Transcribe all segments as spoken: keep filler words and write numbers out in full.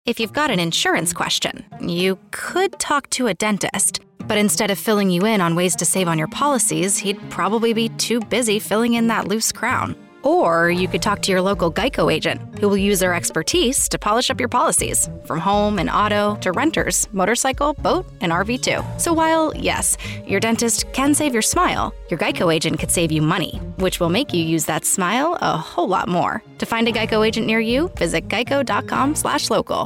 If you've got an insurance question, you could talk to a dentist. But instead of filling you in on ways to save on your policies, he'd probably be too busy filling in that loose crown. Or you could talk to your local Geico agent, who will use their expertise to polish up your policies, from home and auto to renters, motorcycle, boat, and R V too. So while, yes, your dentist can save your smile, your Geico agent could save you money, which will make you use that smile a whole lot more. To find a Geico agent near you, visit geico.com slash local.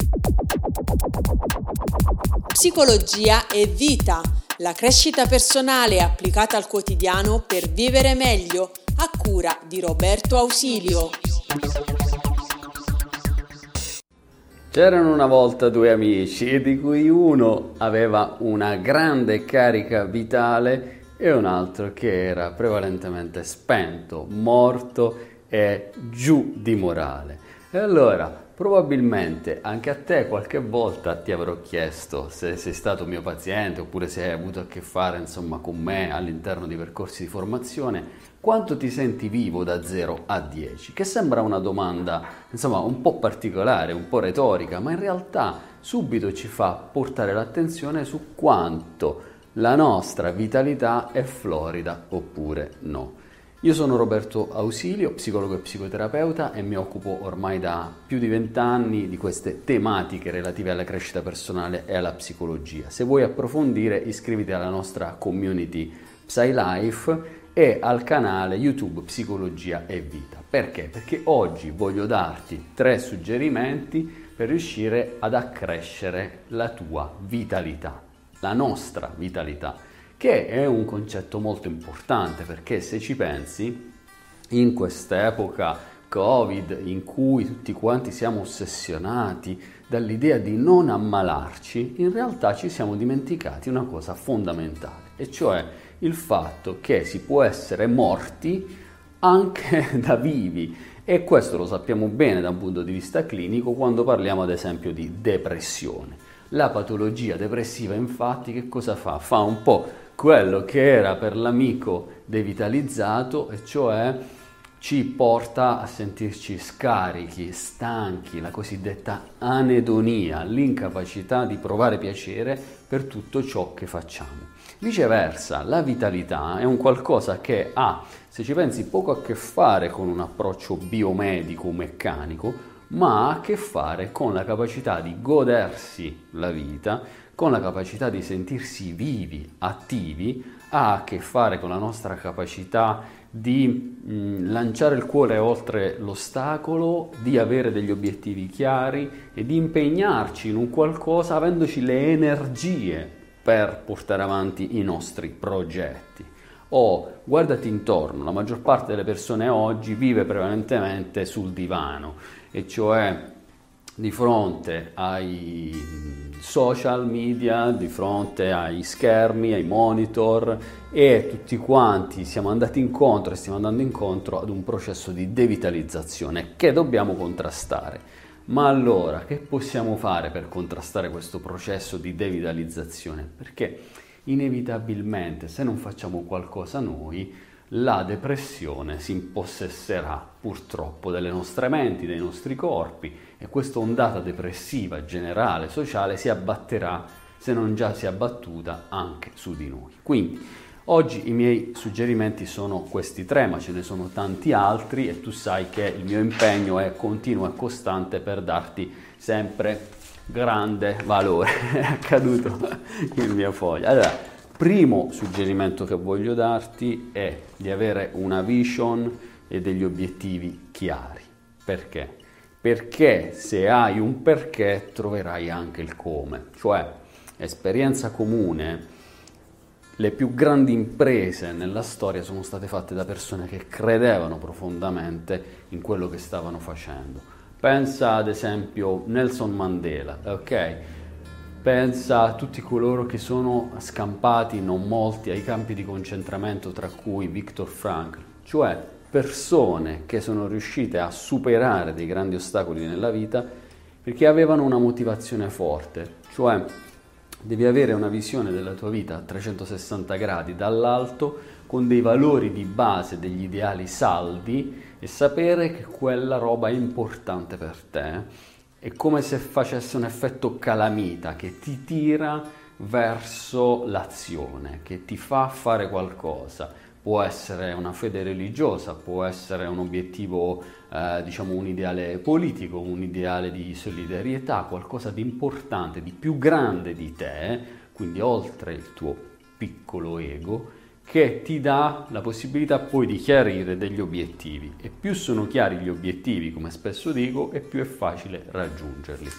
Psicologia e vita, la crescita personale applicata al quotidiano per vivere meglio, a cura di Roberto Ausilio. C'erano una volta due amici, di cui uno aveva una grande carica vitale e un altro che era prevalentemente spento, morto e giù di morale. E allora, probabilmente anche a te qualche volta ti avrò chiesto, se sei stato mio paziente oppure se hai avuto a che fare insomma con me all'interno di percorsi di formazione, quanto ti senti vivo da zero a dieci? Che sembra una domanda insomma un po' particolare, un po' retorica, ma in realtà subito ci fa portare l'attenzione su quanto la nostra vitalità è florida oppure no. Io sono Roberto Ausilio, psicologo e psicoterapeuta, e mi occupo ormai da più di vent'anni di queste tematiche relative alla crescita personale e alla psicologia. Se vuoi approfondire, iscriviti alla nostra community PsyLife e al canale YouTube Psicologia e Vita. Perché? Perché oggi voglio darti tre suggerimenti per riuscire ad accrescere la tua vitalità, la nostra vitalità, che è un concetto molto importante, perché se ci pensi, in quest'epoca Covid, in cui tutti quanti siamo ossessionati dall'idea di non ammalarci, in realtà ci siamo dimenticati una cosa fondamentale, e cioè il fatto che si può essere morti anche da vivi, e questo lo sappiamo bene da un punto di vista clinico quando parliamo ad esempio di depressione. La patologia depressiva infatti che cosa fa? Fa un po' quello che era per l'amico devitalizzato, e cioè ci porta a sentirci scarichi, stanchi, la cosiddetta anedonia, l'incapacità di provare piacere per tutto ciò che facciamo. Viceversa, la vitalità è un qualcosa che ha, se ci pensi, poco a che fare con un approccio biomedico, meccanico, ma ha a che fare con la capacità di godersi la vita, con la capacità di sentirsi vivi, attivi, ha a che fare con la nostra capacità di mh, lanciare il cuore oltre l'ostacolo, di avere degli obiettivi chiari e di impegnarci in un qualcosa avendoci le energie per portare avanti i nostri progetti. O guardati intorno, la maggior parte delle persone oggi vive prevalentemente sul divano, e cioè di fronte ai social media, di fronte ai schermi, ai monitor, e tutti quanti siamo andati incontro e stiamo andando incontro ad un processo di devitalizzazione che dobbiamo contrastare. Ma allora, che possiamo fare per contrastare questo processo di devitalizzazione? Perché inevitabilmente, se non facciamo qualcosa noi, la depressione si impossesserà purtroppo delle nostre menti, dei nostri corpi, e questa ondata depressiva generale, sociale, si abbatterà, se non già si è abbattuta, anche su di noi. Quindi oggi i miei suggerimenti sono questi tre, ma ce ne sono tanti altri, e tu sai che il mio impegno è continuo e costante per darti sempre grande valore. È accaduto il mio foglio. Allora, primo suggerimento che voglio darti è di avere una vision e degli obiettivi chiari. Perché? Perché se hai un perché troverai anche il come. Cioè, esperienza comune, le più grandi imprese nella storia sono state fatte da persone che credevano profondamente in quello che stavano facendo. Pensa ad esempio Nelson Mandela, ok? Pensa a tutti coloro che sono scampati, non molti, ai campi di concentramento, tra cui Viktor Frankl, cioè persone che sono riuscite a superare dei grandi ostacoli nella vita perché avevano una motivazione forte, cioè devi avere una visione della tua vita a trecentosessanta gradi dall'alto, con dei valori di base, degli ideali saldi, e sapere che quella roba è importante per te È come se facesse un effetto calamita che ti tira verso l'azione, che ti fa fare qualcosa. Può essere una fede religiosa, può essere un obiettivo, eh, diciamo un ideale politico, un ideale di solidarietà, qualcosa di importante, di più grande di te, quindi oltre il tuo piccolo ego, che ti dà la possibilità poi di chiarire degli obiettivi. E più sono chiari gli obiettivi, come spesso dico, e più è facile raggiungerli.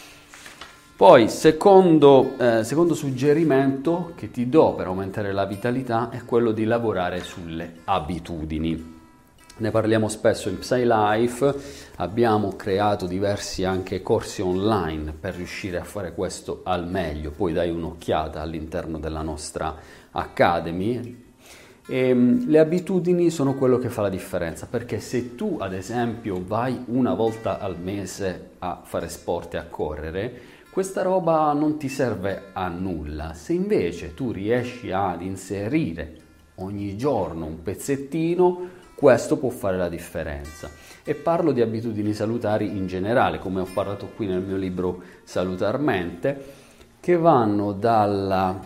Poi, secondo, eh, secondo suggerimento che ti do per aumentare la vitalità è quello di lavorare sulle abitudini. Ne parliamo spesso in PsyLife, abbiamo creato diversi anche corsi online per riuscire a fare questo al meglio. Poi dai un'occhiata all'interno della nostra Academy. E, le abitudini sono quello che fa la differenza, perché se tu ad esempio vai una volta al mese a fare sport e a correre, questa roba non ti serve a nulla. Se invece tu riesci ad inserire ogni giorno un pezzettino, questo può fare la differenza. E parlo di abitudini salutari in generale, come ho parlato qui nel mio libro Salutarmente, che vanno dalla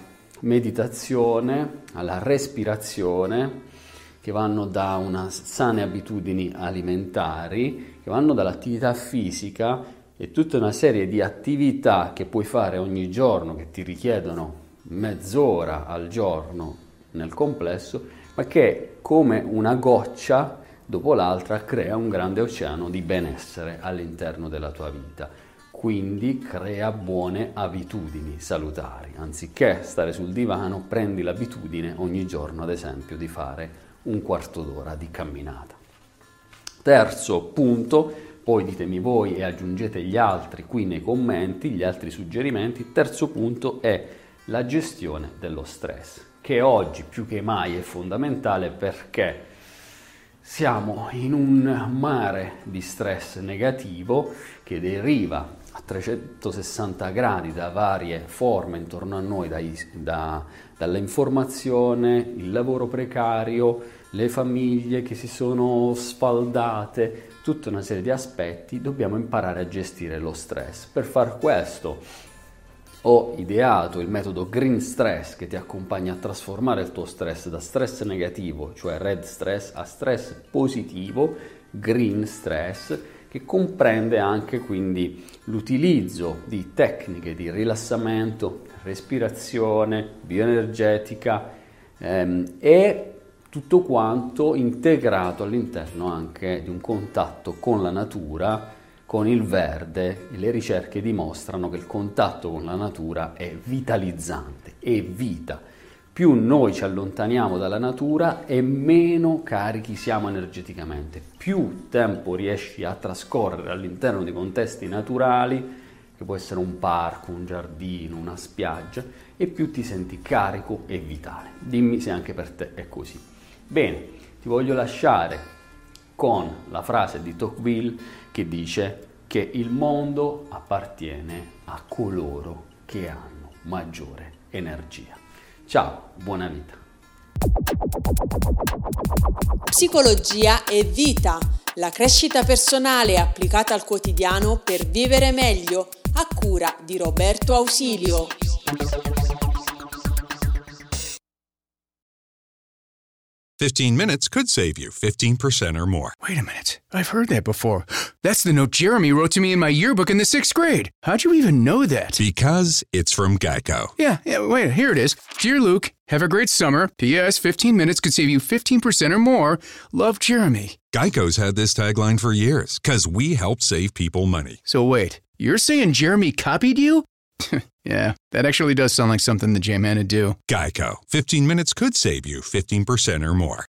meditazione alla respirazione, che vanno da una sane abitudini alimentari, che vanno dall'attività fisica e tutta una serie di attività che puoi fare ogni giorno, che ti richiedono mezz'ora al giorno nel complesso, ma che come una goccia dopo l'altra crea un grande oceano di benessere all'interno della tua vita. Quindi crea buone abitudini salutari. Anziché stare sul divano, prendi l'abitudine ogni giorno, ad esempio, di fare un quarto d'ora di camminata. Terzo punto, poi ditemi voi e aggiungete gli altri qui nei commenti, gli altri suggerimenti. Terzo punto è la gestione dello stress, che oggi più che mai è fondamentale perché siamo in un mare di stress negativo che deriva a trecentosessanta gradi da varie forme intorno a noi, dai, da, dall'informazione, il lavoro precario, le famiglie che si sono sfaldate, tutta una serie di aspetti. Dobbiamo imparare a gestire lo stress. Per far questo ho ideato il metodo Green Stress, che ti accompagna a trasformare il tuo stress da stress negativo, cioè red stress, a stress positivo, Green Stress, che comprende anche quindi l'utilizzo di tecniche di rilassamento, respirazione, bioenergetica ehm, e tutto quanto integrato all'interno anche di un contatto con la natura, con il verde. Le ricerche dimostrano che il contatto con la natura è vitalizzante, è vita. Più noi ci allontaniamo dalla natura e meno carichi siamo energeticamente. Più tempo riesci a trascorrere all'interno di contesti naturali, che può essere un parco, un giardino, una spiaggia, e più ti senti carico e vitale. Dimmi se anche per te è così. Bene, ti voglio lasciare con la frase di Tocqueville che dice che il mondo appartiene a coloro che hanno maggiore energia. Ciao, buona vita. Psicologia e vita, la crescita personale applicata al quotidiano per vivere meglio, a cura di Roberto Ausilio. fifteen minutes could save you fifteen percent or more. Wait a minute. I've heard that before. That's the note Jeremy wrote to me in my yearbook in the sixth grade. How'd you even know that? Because it's from Geico. Yeah, yeah, wait, here it is. Dear Luke, have a great summer. P S fifteen minutes could save you fifteen percent or more. Love, Jeremy. Geico's had this tagline for years, because we help save people money. So wait, you're saying Jeremy copied you? Yeah, that actually does sound like something the J-Man would do. Geico. fifteen minutes could save you fifteen percent or more.